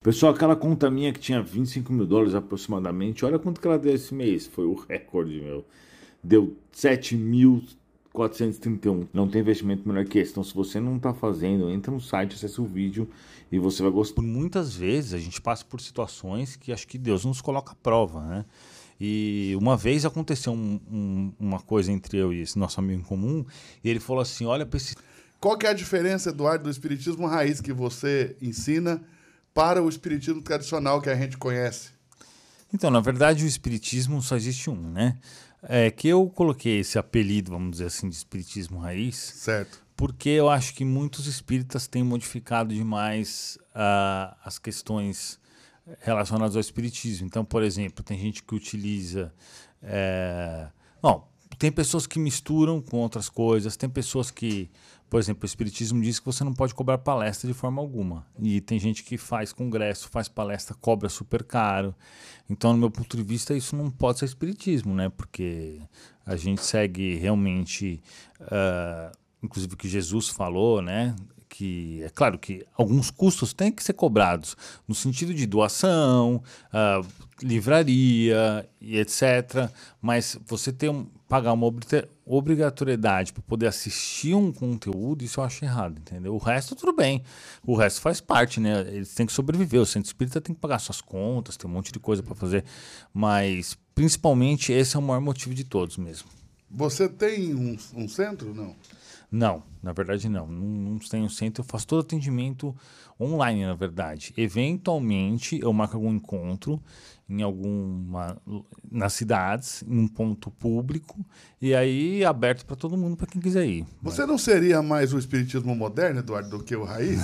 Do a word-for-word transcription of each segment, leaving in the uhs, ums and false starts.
Pessoal, aquela conta minha que tinha vinte e cinco mil dólares aproximadamente, olha quanto que ela deu esse mês. Foi o recorde, meu. Deu sete mil quatrocentos e trinta e um. Não tem investimento melhor que esse. Então, se você não está fazendo, entra no site, acessa o vídeo e você vai gostar. Por muitas vezes a gente passa por situações que acho que Deus nos coloca à prova, né? E uma vez aconteceu um, um, uma coisa entre eu e esse nosso amigo em comum, e ele falou assim, olha para esse... Qual que é a diferença, Eduardo, do espiritismo raiz que você ensina para o espiritismo tradicional que a gente conhece? Então, na verdade, o espiritismo só existe um, né? É que eu coloquei esse apelido, vamos dizer assim, de espiritismo raiz, certo, porque eu acho que muitos espíritas têm modificado demais uh, as questões relacionadas ao espiritismo. Então, por exemplo, tem gente que utiliza... É... Bom, tem pessoas que misturam com outras coisas, tem pessoas que... Por exemplo, o espiritismo diz que você não pode cobrar palestra de forma alguma. E tem gente que faz congresso, faz palestra, cobra super caro. Então, no meu ponto de vista, isso não pode ser espiritismo, né? Porque a gente segue realmente... Uh, inclusive o que Jesus falou, né? Que é claro que alguns custos têm que ser cobrados no sentido de doação, uh, livraria e etcétera. Mas você ter um, pagar uma obrigatoriedade para poder assistir um conteúdo, isso eu acho errado, entendeu? O resto tudo bem, o resto faz parte, né? Eles têm que sobreviver, o centro espírita tem que pagar suas contas, tem um monte de coisa para fazer, mas principalmente esse é o maior motivo de todos mesmo. Você tem um, um centro, não? Não, na verdade não. Não, não tenho centro, eu faço todo atendimento online, na verdade. Eventualmente eu marco algum encontro em alguma nas cidades, em um ponto público, e aí aberto para todo mundo, para quem quiser ir. Você Mas... não seria mais o espiritismo moderno, Eduardo, do que o raiz?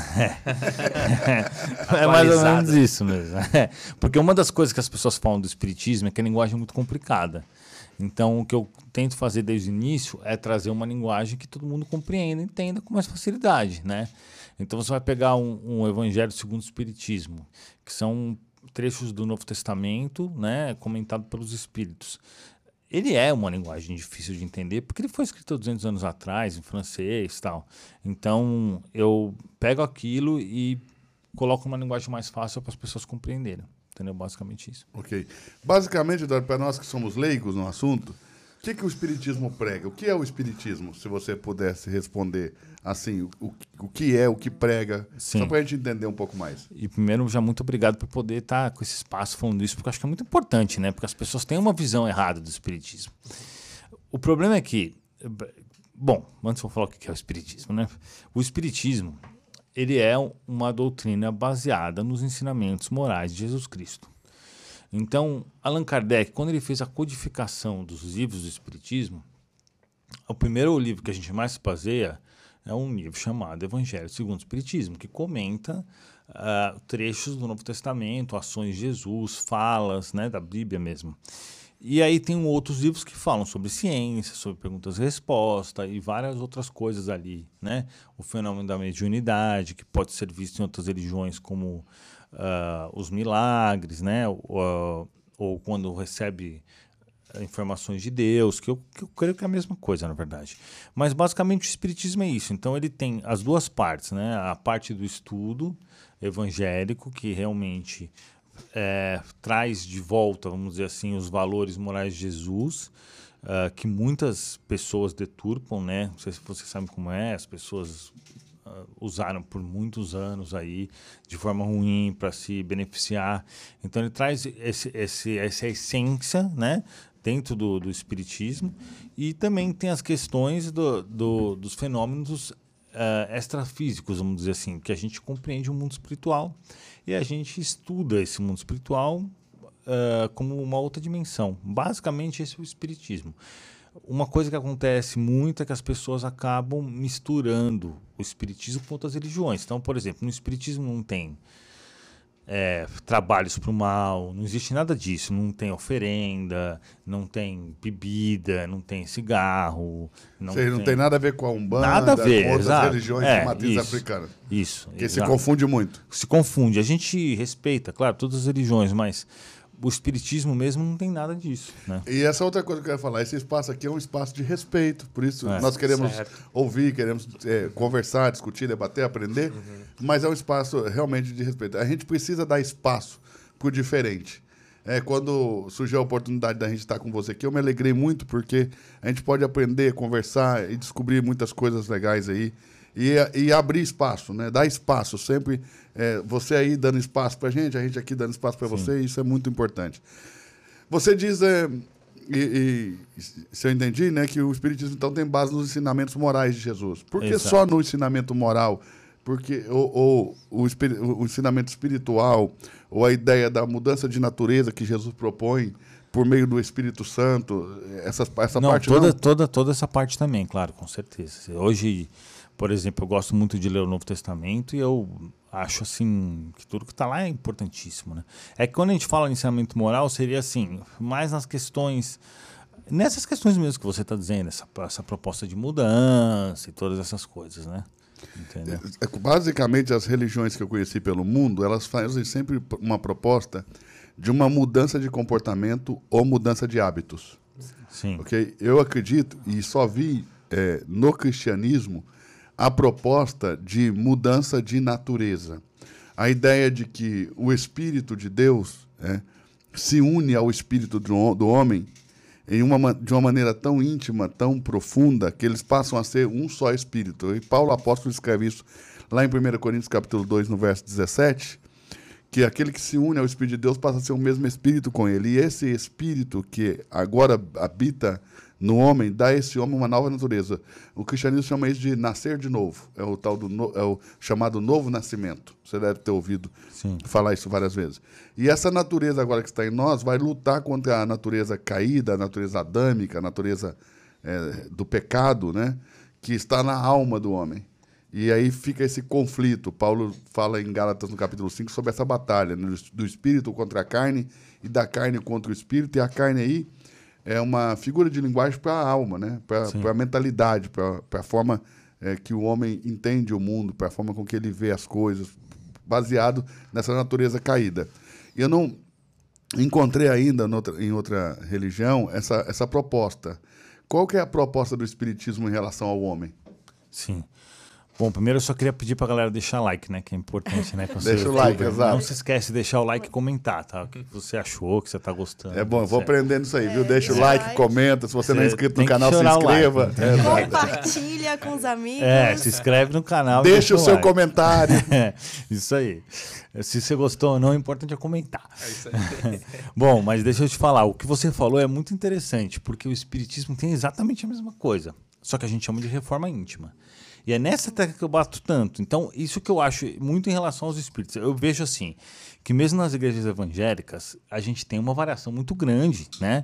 É mais ou menos isso mesmo. Porque uma das coisas que as pessoas falam do espiritismo é que a linguagem é muito complicada. Então, o que eu tento fazer desde o início é trazer uma linguagem que todo mundo compreenda e entenda com mais facilidade, né? Então, você vai pegar um, um Evangelho segundo o Espiritismo, que são trechos do Novo Testamento, né, comentado pelos Espíritos. Ele é uma linguagem difícil de entender, porque ele foi escrito há duzentos anos atrás, em francês e tal. Então, eu pego aquilo e coloco uma linguagem mais fácil para as pessoas compreenderem. Entendeu? Basicamente isso. Ok. Basicamente, Eduardo, para nós que somos leigos no assunto, o que, que o espiritismo prega? O que é o espiritismo, se você pudesse responder assim, o, o, o que é, o que prega, Sim. Só para a gente entender um pouco mais. E primeiro, já muito obrigado por poder estar com esse espaço falando isso, porque eu acho que é muito importante, né? Porque as pessoas têm uma visão errada do espiritismo. O problema é que, bom, antes eu vou falar o que é o espiritismo, né? O espiritismo, ele é uma doutrina baseada nos ensinamentos morais de Jesus Cristo. Então, Allan Kardec, quando ele fez a codificação dos livros do Espiritismo, o primeiro livro que a gente mais se baseia é um livro chamado Evangelho segundo o Espiritismo, que comenta uh, trechos do Novo Testamento, ações de Jesus, falas, né, da Bíblia mesmo. E aí tem outros livros que falam sobre ciência, sobre perguntas e respostas e várias outras coisas ali, né? O fenômeno da mediunidade, que pode ser visto em outras religiões como uh, os milagres, né? Ou, ou quando recebe informações de Deus, que eu, que eu creio que é a mesma coisa, na verdade. Mas basicamente o espiritismo é isso. Então ele tem as duas partes, né? A parte do estudo evangélico, que realmente... É, traz de volta, vamos dizer assim, os valores morais de Jesus, uh, que muitas pessoas deturpam, né? Não sei se você sabe como é, as pessoas uh, usaram por muitos anos aí de forma ruim para se beneficiar. Então ele traz esse, esse, essa essência, né, dentro do, do espiritismo, e também tem as questões do, do, dos fenômenos Uh, extrafísicos, vamos dizer assim, que a gente compreende o mundo espiritual e a gente estuda esse mundo espiritual uh, como uma outra dimensão. Basicamente, esse é o espiritismo. Uma coisa que acontece muito é que as pessoas acabam misturando o espiritismo com outras religiões. Então, por exemplo, no espiritismo não tem É, trabalhos para o mal, não existe nada disso, não tem oferenda, não tem bebida, não tem cigarro. Não, Sei, tem... não tem nada a ver com a Umbanda, nada a ver, com outras exato. religiões é, de matriz isso, africana. Isso. Porque exato. se confunde muito. Se confunde. A gente respeita, claro, todas as religiões, mas o espiritismo mesmo não tem nada disso, né? E essa outra coisa que eu quero falar, esse espaço aqui é um espaço de respeito, por isso É. nós queremos Certo. ouvir, queremos é, conversar, discutir, debater, aprender, Uhum. mas é um espaço realmente de respeito. A gente precisa dar espaço para o diferente. É, quando surgiu a oportunidade da gente estar com você aqui, eu me alegrei muito, porque a gente pode aprender, conversar e descobrir muitas coisas legais aí. E, e abrir espaço, né? Dar espaço. Sempre é, você aí dando espaço para a gente, a gente aqui dando espaço para você, e isso é muito importante. Você diz, é, e, e, se eu entendi, né, que o Espiritismo então tem base nos ensinamentos morais de Jesus. Por que Exato. só no ensinamento moral? Porque ou, ou o, espiri- o ensinamento espiritual, ou a ideia da mudança de natureza que Jesus propõe por meio do Espírito Santo, essa, essa não, parte toda, não? toda, toda essa parte também, claro, com certeza. Hoje, por exemplo, eu gosto muito de ler o Novo Testamento e eu acho assim que tudo que está lá é importantíssimo, né? É que quando a gente fala em ensinamento moral, seria assim, mais nas questões, nessas questões mesmo que você está dizendo, essa, essa proposta de mudança e todas essas coisas, né? Entendeu? É, basicamente, as religiões que eu conheci pelo mundo, elas fazem sempre uma proposta de uma mudança de comportamento ou mudança de hábitos. Sim. Okay? Eu acredito, e só vi é, no cristianismo, a proposta de mudança de natureza. A ideia de que o Espírito de Deus é, se une ao Espírito do, do homem em uma, de uma maneira tão íntima, tão profunda, que eles passam a ser um só Espírito. E Paulo Apóstolo escreve isso lá em primeira Coríntios capítulo dois, no verso dezessete, que aquele que se une ao Espírito de Deus passa a ser o mesmo Espírito com ele. E esse Espírito que agora habita no homem, dá a esse homem uma nova natureza. O cristianismo chama isso de nascer de novo. É o tal do no, é o chamado novo nascimento. Você deve ter ouvido Sim. falar isso várias vezes. E essa natureza agora que está em nós vai lutar contra a natureza caída, a natureza adâmica, a natureza é, do pecado, né? Que está na alma do homem. E aí fica esse conflito. Paulo fala em Gálatas, no capítulo cinco, sobre essa batalha, né? Do espírito contra a carne e da carne contra o espírito. E a carne aí é uma figura de linguagem para a alma, né? Para a mentalidade, para a forma é, que o homem entende o mundo, para a forma com que ele vê as coisas, baseado nessa natureza caída. E eu não encontrei ainda noutra, em outra religião essa, essa proposta. Qual que é a proposta do Espiritismo em relação ao homem? Sim. Bom, primeiro eu só queria pedir pra galera deixar like, né? Que é importante, né? Deixa o like, exato. Não se esquece de deixar o like e comentar, tá? O que você achou, o que você tá gostando. É bom, eu vou certo? aprendendo isso aí, viu? É, Deixa o é. like, comenta. Se você não é Você inscrito tem no que canal, se chorar o like, inscreva. né? É, exato. Compartilha com os amigos. É, se inscreve no canal. e Deixa o seu like. comentário. É, isso aí. Se você gostou ou não, o importante é comentar. É isso aí. Bom, mas deixa eu te falar, o que você falou é muito interessante, porque o Espiritismo tem exatamente a mesma coisa, só que a gente chama de reforma íntima. E é nessa tecla que eu bato tanto. Então, isso que eu acho muito em relação aos espíritos. Eu vejo assim, que mesmo nas igrejas evangélicas, a gente tem uma variação muito grande, né?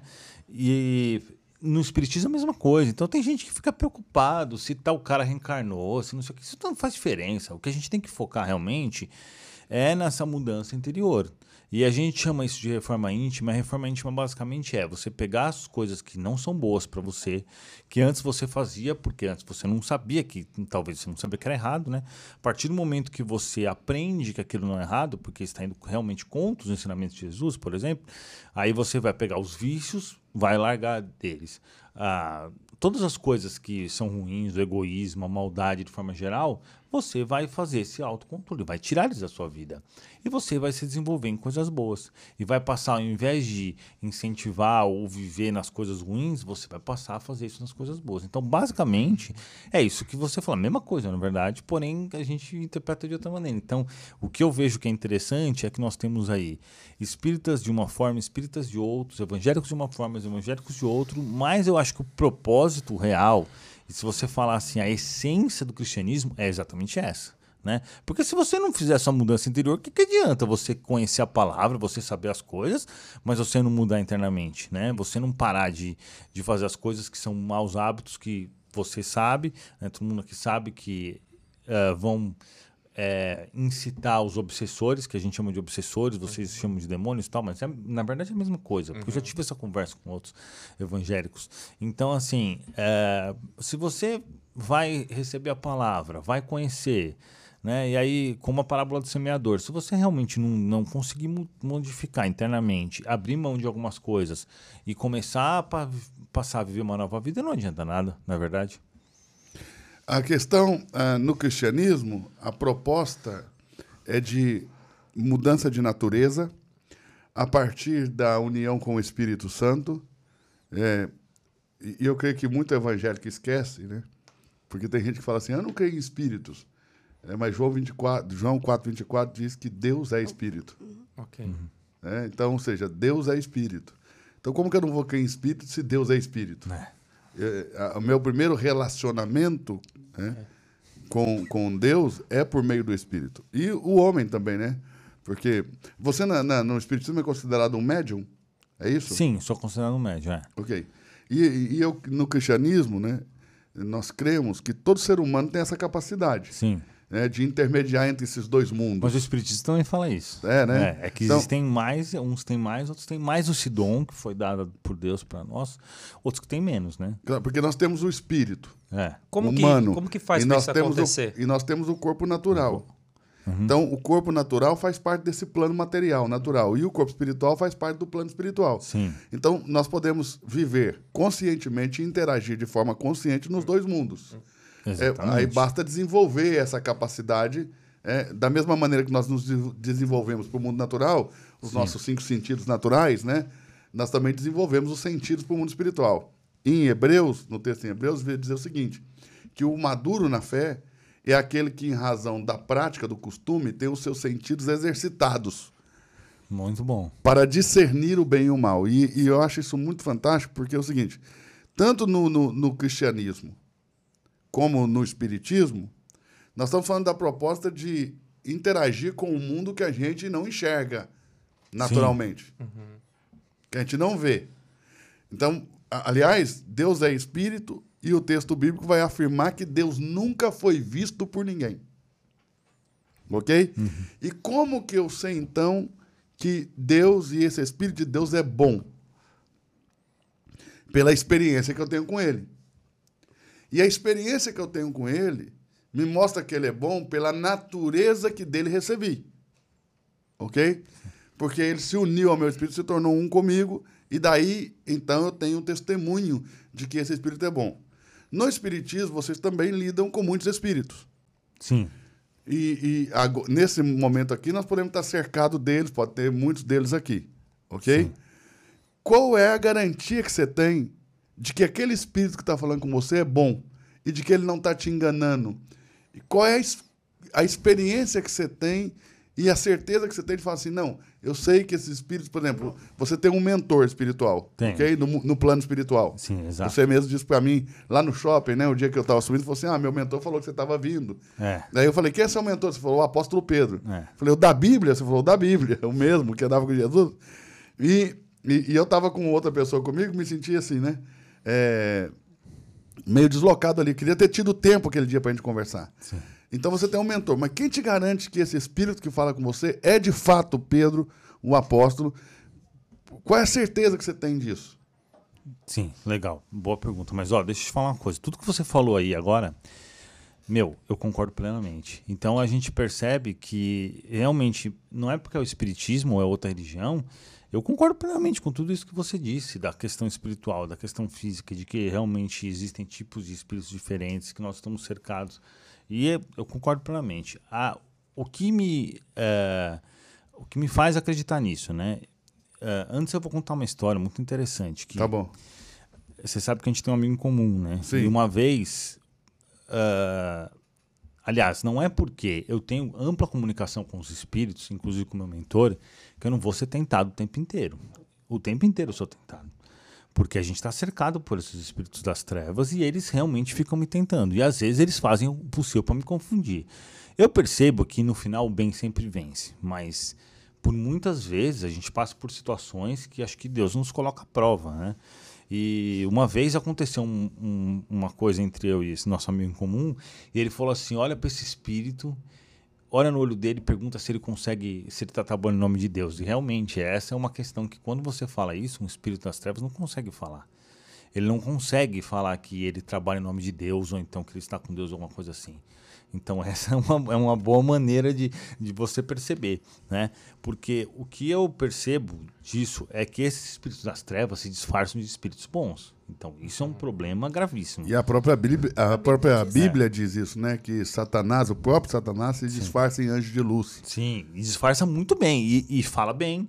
E no espiritismo é a mesma coisa. Então, tem gente que fica preocupado se tal cara reencarnou, se não sei o que. Isso não faz diferença. O que a gente tem que focar realmente é nessa mudança interior. E a gente chama isso de reforma íntima. A reforma íntima basicamente é você pegar as coisas que não são boas para você, que antes você fazia, porque antes você não sabia que, talvez você não sabia que era errado, né? A partir do momento que você aprende que aquilo não é errado, porque está indo realmente contra os ensinamentos de Jesus, por exemplo, aí você vai pegar os vícios, vai largar deles. Ah, todas as coisas que são ruins, o egoísmo, a maldade de forma geral, você vai fazer esse autocontrole, vai tirar eles da sua vida. E você vai se desenvolver em coisas boas. E vai passar, ao invés de incentivar ou viver nas coisas ruins, você vai passar a fazer isso nas coisas boas. Então, basicamente, é isso que você fala. A mesma coisa, na verdade, porém a gente interpreta de outra maneira. Então, o que eu vejo que é interessante é que nós temos aí espíritas de uma forma, espíritas de outros, evangélicos de uma forma, evangélicos de outro, mas eu acho que o propósito real, e se você falar assim, a essência do cristianismo é exatamente essa. Né? Porque se você não fizer essa mudança interior, o que, que adianta você conhecer a palavra, você saber as coisas, mas você não mudar internamente, né? Você não parar de, de fazer as coisas que são maus hábitos que você sabe, né? Todo mundo aqui sabe que uh, vão é, incitar os obsessores, que a gente chama de obsessores, vocês uhum. chamam de demônios e tal, mas é, na verdade é a mesma coisa, porque uhum. eu já tive essa conversa com outros evangélicos. Então, assim, é, se você vai receber a palavra, vai conhecer, Né? E aí, como a parábola do semeador, se você realmente não, não conseguir modificar internamente, abrir mão de algumas coisas e começar a pa passar a viver uma nova vida, não adianta nada, não é verdade? A questão, uh, no cristianismo, a proposta é de mudança de natureza a partir da união com o Espírito Santo. É, e eu creio que muito evangélico esquece, né? Porque tem gente que fala assim, eu não creio em espíritos. É, mas João, vinte e quatro, João quatro, vinte e quatro diz que Deus é espírito. Ok. É, então, ou seja, Deus é espírito. Então, como que eu não vou crer em espírito se Deus é espírito? É. É, a, o meu primeiro relacionamento, né, é. com, com Deus é por meio do espírito. E o homem também, né? Porque você na, na, no espiritismo é considerado um médium? É isso? Sim, sou considerado um médium, é. Ok. E, e eu, no cristianismo, né, nós cremos que todo ser humano tem essa capacidade. Sim. Né, de intermediar entre esses dois mundos. Mas o espiritismo também fala isso. É, né? É, é que então, existem mais, uns têm mais, outros têm mais esse dom que foi dado por Deus para nós, outros que têm menos, né? Porque nós temos o espírito é. como humano. Que, como que faz e para nós isso temos acontecer? O, e nós temos o corpo natural. Uhum. Então, o corpo natural faz parte desse plano material, natural. E o corpo espiritual faz parte do plano espiritual. Sim. Então, nós podemos viver conscientemente e interagir de forma consciente nos dois mundos. É, aí basta desenvolver essa capacidade, é, da mesma maneira que nós nos desenvolvemos para o mundo natural, os Sim. nossos cinco sentidos naturais, né? Nós também desenvolvemos os sentidos para o mundo espiritual. Em Hebreus, no texto em Hebreus, veio dizer o seguinte, que o maduro na fé é aquele que, em razão da prática do costume, tem os seus sentidos exercitados. Muito bom. Para discernir o bem e o mal. E, e eu acho isso muito fantástico, porque é o seguinte, tanto no, no, no cristianismo, como no espiritismo, nós estamos falando da proposta de interagir com o mundo que a gente não enxerga naturalmente, uhum. que a gente não vê. Então, aliás, Deus é espírito e o texto bíblico vai afirmar que Deus nunca foi visto por ninguém. Ok? Uhum. E como que eu sei, então, que Deus e esse Espírito de Deus é bom? Pela experiência que eu tenho com ele. E a experiência que eu tenho com ele me mostra que ele é bom pela natureza que dele recebi. Ok? Porque ele se uniu ao meu espírito, se tornou um comigo, e daí, então, eu tenho um testemunho de que esse espírito é bom. No espiritismo, vocês também lidam com muitos espíritos. Sim. E, e agora, nesse momento aqui, nós podemos estar cercados deles, pode ter muitos deles aqui. Ok? Sim. Qual é a garantia que você tem de que aquele espírito que está falando com você é bom e de que ele não está te enganando? E qual é a experiência que você tem e a certeza que você tem de falar assim, não, eu sei que esses espíritos, por exemplo, você tem um mentor espiritual, tem. Ok? No, no plano espiritual. Sim, exato. Você mesmo disse para mim, lá no shopping, né, o dia que eu estava subindo, falou assim, ah, meu mentor falou que você estava vindo. É. Daí eu falei, quem é seu mentor? Você falou, o apóstolo Pedro. É. Falei, o da Bíblia? Você falou, o da Bíblia, o mesmo que andava com Jesus. E, e, e eu estava com outra pessoa comigo, me sentia assim, né, é, meio deslocado ali. Queria ter tido tempo aquele dia para a gente conversar. Sim. Então você tem um mentor, mas quem te garante que esse espírito que fala com você é de fato Pedro, o apóstolo? Qual é a certeza que você tem disso? Sim, legal. Boa pergunta. Mas, ó, deixa eu te falar uma coisa. Tudo que você falou aí agora, meu, eu concordo plenamente. Então a gente percebe que realmente não é porque é o espiritismo ou é outra religião. Eu concordo plenamente com tudo isso que você disse, da questão espiritual, da questão física, de que realmente existem tipos de espíritos diferentes, que nós estamos cercados. E eu concordo plenamente. Ah, o, que me, é, o que me faz acreditar nisso, né? É, antes eu vou contar uma história muito interessante. Que tá bom. Você sabe que a gente tem um amigo em comum, né? Sim. E uma vez... Uh, aliás, não é porque eu tenho ampla comunicação com os espíritos, inclusive com o meu mentor, que eu não vou ser tentado o tempo inteiro. O tempo inteiro eu sou tentado. Porque a gente está cercado por esses espíritos das trevas e eles realmente ficam me tentando. E às vezes eles fazem o possível para me confundir. Eu percebo que no final o bem sempre vence, mas por muitas vezes a gente passa por situações que acho que Deus nos coloca à prova, né? E uma vez aconteceu um, um, uma coisa entre eu e esse nosso amigo em comum, e ele falou assim, olha para esse espírito, olha no olho dele e pergunta se ele consegue, se ele está trabalhando em nome de Deus. E realmente, essa é uma questão que quando você fala isso, um espírito das trevas não consegue falar. ele não consegue falar que ele trabalha em nome de Deus ou então que ele está com Deus ou alguma coisa assim. Então essa é uma, é uma boa maneira de, de você perceber, né? Porque o que eu percebo disso é que esses espíritos das trevas se disfarçam de espíritos bons. Então isso é um problema gravíssimo. E a própria Bíblia, a própria Bíblia diz isso, né? Que Satanás, o próprio Satanás, se disfarça em anjo de luz. Sim, e disfarça muito bem e, e fala bem,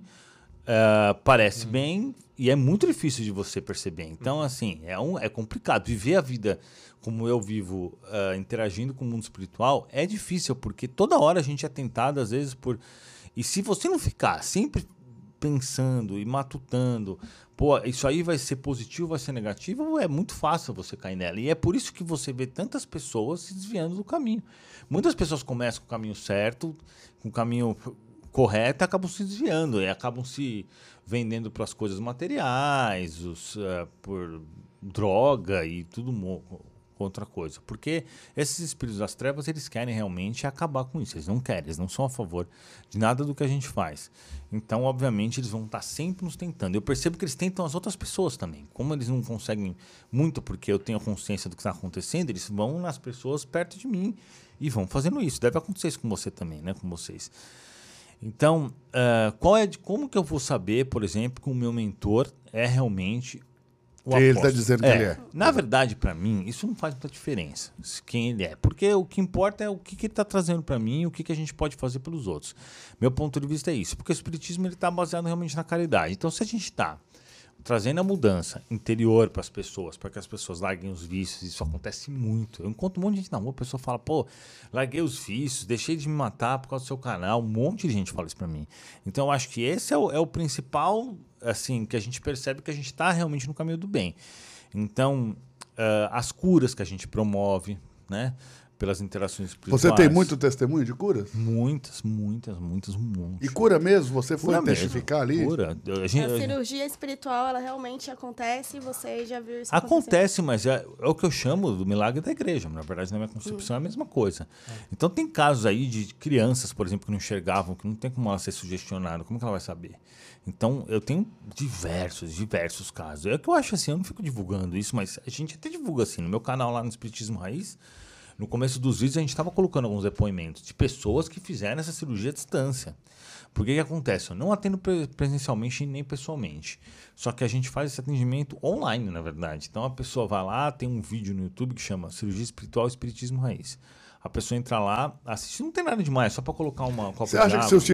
uh, parece hum. bem e é muito difícil de você perceber. Então, assim, é, um, é complicado. Viver a vida como eu vivo, uh, interagindo com o mundo espiritual, é difícil, porque toda hora a gente é tentado, às vezes, por... E se você não ficar sempre pensando e matutando, pô, isso aí vai ser positivo, vai ser negativo, é muito fácil você cair nela. E é por isso que você vê tantas pessoas se desviando do caminho. Muitas pessoas começam com o caminho certo, com o caminho correto, e acabam se desviando, e acabam se vendendo para as coisas materiais, os, uh, por droga e tudo outra coisa. Porque esses espíritos das trevas, eles querem realmente acabar com isso. Eles não querem, eles não são a favor de nada do que a gente faz. Então, obviamente, eles vão estar sempre nos tentando. Eu percebo que eles tentam as outras pessoas também. Como eles não conseguem muito, porque eu tenho consciência do que está acontecendo, eles vão nas pessoas perto de mim e vão fazendo isso. Deve acontecer isso com você também, né? Com vocês. Então, uh, qual é de, como que eu vou saber, por exemplo, que o meu mentor é realmente o apóstolo? Ele está dizendo que é, ele é. Na verdade, para mim, isso não faz muita diferença quem ele é. Porque o que importa é o que, que ele está trazendo para mim e o que, que a gente pode fazer pelos outros. Meu ponto de vista é isso. Porque o espiritismo está baseado realmente na caridade. Então, se a gente está trazendo a mudança interior para as pessoas, para que as pessoas larguem os vícios, isso acontece muito. Eu encontro um monte de gente na rua, a pessoa fala, pô, larguei os vícios, deixei de me matar por causa do seu canal. Um monte de gente fala isso para mim. Então, eu acho que esse é o, é o principal, assim, que a gente percebe que a gente está realmente no caminho do bem. Então, uh, as curas que a gente promove, né? Pelas interações espirituais. Você tem muito testemunho de curas? Muitas, muitas, muitas, muitas. E cura mesmo? Você foi Cura testificar mesmo. ali? Cura. A, gente, a cirurgia espiritual, ela realmente acontece e você já viu isso acontece, mas é, é o que eu chamo do milagre da igreja. Na verdade, na minha concepção hum. é a mesma coisa. É. Então, tem casos aí de crianças, por exemplo, que não enxergavam, que não tem como ela ser sugestionada. Como que ela vai saber? Então, eu tenho diversos, diversos casos. É o que eu acho assim, eu não fico divulgando isso, mas a gente até divulga assim. No meu canal lá no Espiritismo Raiz, no começo dos vídeos a gente estava colocando alguns depoimentos de pessoas que fizeram essa cirurgia à distância. Porque o que acontece? Eu não atendo presencialmente nem pessoalmente. Só que a gente faz esse atendimento online, na verdade. Então a pessoa vai lá, tem um vídeo no YouTube que chama Cirurgia Espiritual e Espiritismo Raiz. A pessoa entra lá, assiste, não tem nada demais, só para colocar uma copa de água.